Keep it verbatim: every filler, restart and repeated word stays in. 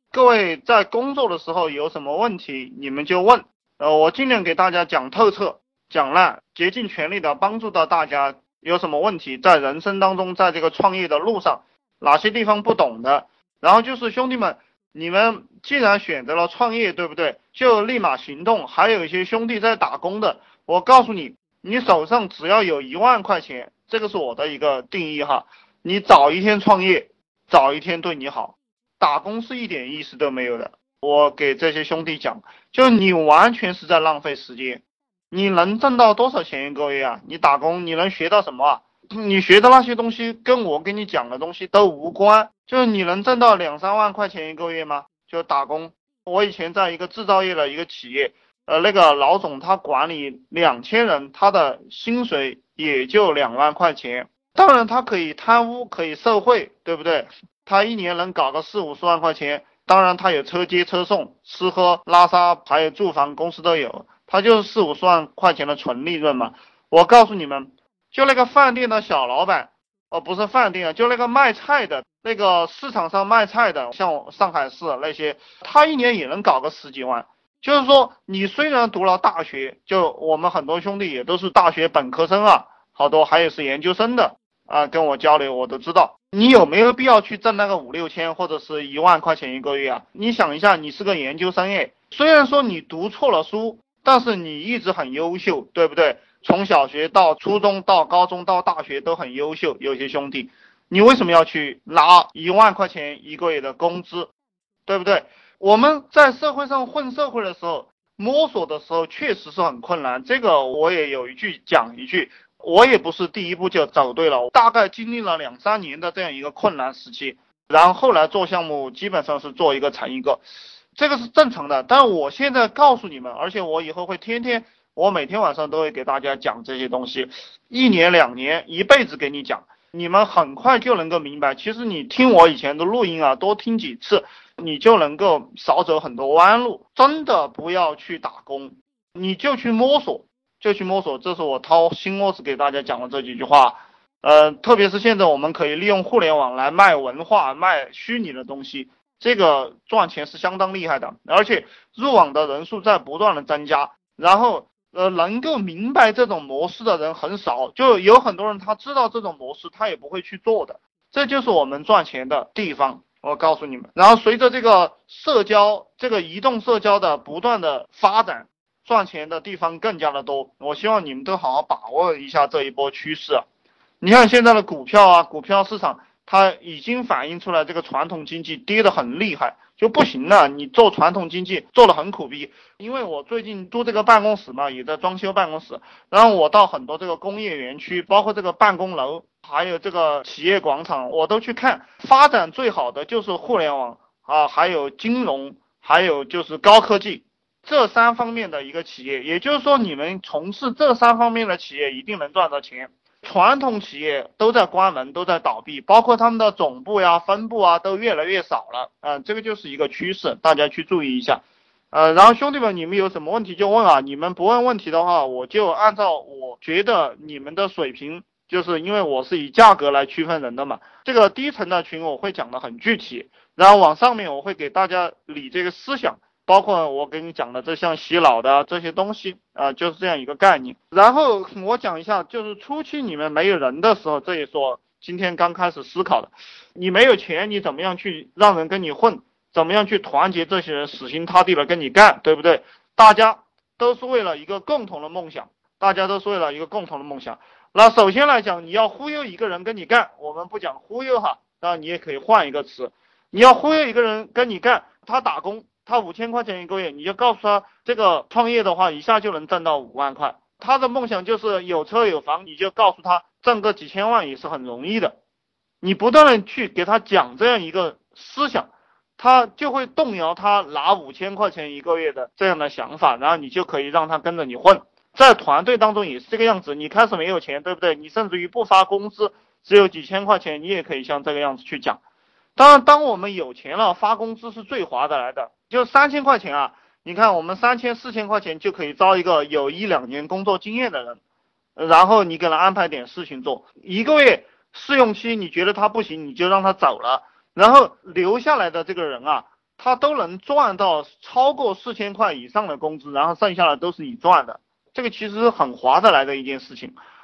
各位在工作的时候有什么问题，你们就问，呃，我尽量给大家讲透彻、讲烂，竭尽全力的帮助到大家。有什么问题，在人生当中，在这个创业的路上，哪些地方不懂的，然后就是兄弟们，你们既然选择了创业，对不对？就立马行动。还有一些兄弟在打工的，我告诉你，你手上只要有一万块钱，这个是我的一个定义哈，你早一天创业，早一天对你好。打工是一点意思都没有的。我给这些兄弟讲，就你完全是在浪费时间。你能挣到多少钱一个月啊？你打工你能学到什么啊？你学的那些东西跟我跟你讲的东西都无关。就是你能挣到两三万块钱一个月吗？就打工。我以前在一个制造业的一个企业，呃，那个老总他管理两千人，他的薪水也就两万块钱。当然他可以贪污，可以受贿，对不对？他一年能搞个四五十万块钱。当然他有车接车送，吃喝拉撒还有住房公司都有，他就是四五十万块钱的纯利润嘛。我告诉你们，就那个饭店的小老板，哦，不是饭店啊，就那个卖菜的，那个市场上卖菜的，像上海市那些，他一年也能搞个十几万。就是说你虽然读了大学，就我们很多兄弟也都是大学本科生啊，好多还有是研究生的啊，跟我交流我都知道，你有没有必要去挣那个五六千或者是一万块钱一个月啊？你想一下，你是个研究生诶，虽然说你读错了书，但是你一直很优秀，对不对？从小学到初中到高中到大学都很优秀，有些兄弟，你为什么要去拿一万块钱一个月的工资，对不对？我们在社会上混社会的时候，摸索的时候确实是很困难，这个我也有一句讲一句。我也不是第一步就走对了，大概经历了两三年的这样一个困难时期，然后后来做项目基本上是做一个成一个，这个是正常的。但我现在告诉你们，而且我以后会天天，我每天晚上都会给大家讲这些东西，一年两年一辈子给你讲，你们很快就能够明白。其实你听我以前的录音啊，多听几次，你就能够少走很多弯路。真的不要去打工，你就去摸索。就去摸索，这是我掏心窝子给大家讲的这几句话。呃，特别是现在我们可以利用互联网来卖文化、卖虚拟的东西，这个赚钱是相当厉害的，而且入网的人数在不断的增加。然后，呃，能够明白这种模式的人很少，就有很多人他知道这种模式，他也不会去做的。这就是我们赚钱的地方，我告诉你们。然后随着这个社交、这个移动社交的不断的发展，赚钱的地方更加的多，我希望你们都好好把握一下这一波趋势啊！你看现在的股票啊，股票市场它已经反映出来这个传统经济跌得很厉害，就不行了。你做传统经济做得很苦逼，因为我最近租这个办公室嘛，也在装修办公室，然后我到很多这个工业园区，包括这个办公楼，还有这个企业广场，我都去看，发展最好的就是互联网啊，还有金融，还有就是高科技。这三方面的一个企业，也就是说你们从事这三方面的企业一定能赚到钱。传统企业都在关门，都在倒闭，包括他们的总部呀、分部啊都越来越少了啊、呃，这个就是一个趋势，大家去注意一下。呃，然后兄弟们，你们有什么问题就问啊，你们不问问题的话，我就按照我觉得你们的水平，就是因为我是以价格来区分人的嘛，这个低层的群我会讲的很具体，然后往上面我会给大家理这个思想。包括我给你讲的这像洗脑的这些东西啊、呃，就是这样一个概念。然后我讲一下，就是初期你们没有人的时候，这也是我今天刚开始思考的。你没有钱，你怎么样去让人跟你混？怎么样去团结这些人死心塌地的跟你干，对不对？大家都是为了一个共同的梦想，大家都是为了一个共同的梦想。那首先来讲，你要忽悠一个人跟你干，我们不讲忽悠哈，当然你也可以换一个词，你要忽悠一个人跟你干，他打工。他五千块钱一个月，你就告诉他这个创业的话，一下就能挣到五万块。他的梦想就是有车有房，你就告诉他挣个几千万也是很容易的。你不断的去给他讲这样一个思想，他就会动摇他拿五千块钱一个月的这样的想法，然后你就可以让他跟着你混。在团队当中也是这个样子，你开始没有钱，对不对？你甚至于不发工资，只有几千块钱，你也可以像这个样子去讲。当然，当我们有钱了，发工资是最划得来的。就三千块钱啊，你看我们三千四千块钱就可以招一个有一两年工作经验的人，然后你给他安排点事情做，一个月试用期你觉得他不行，你就让他走了，然后留下来的这个人啊， 他都能赚到超过四千块以上的工资，然后剩下的都是你赚的，这个其实很划得来的一件事情。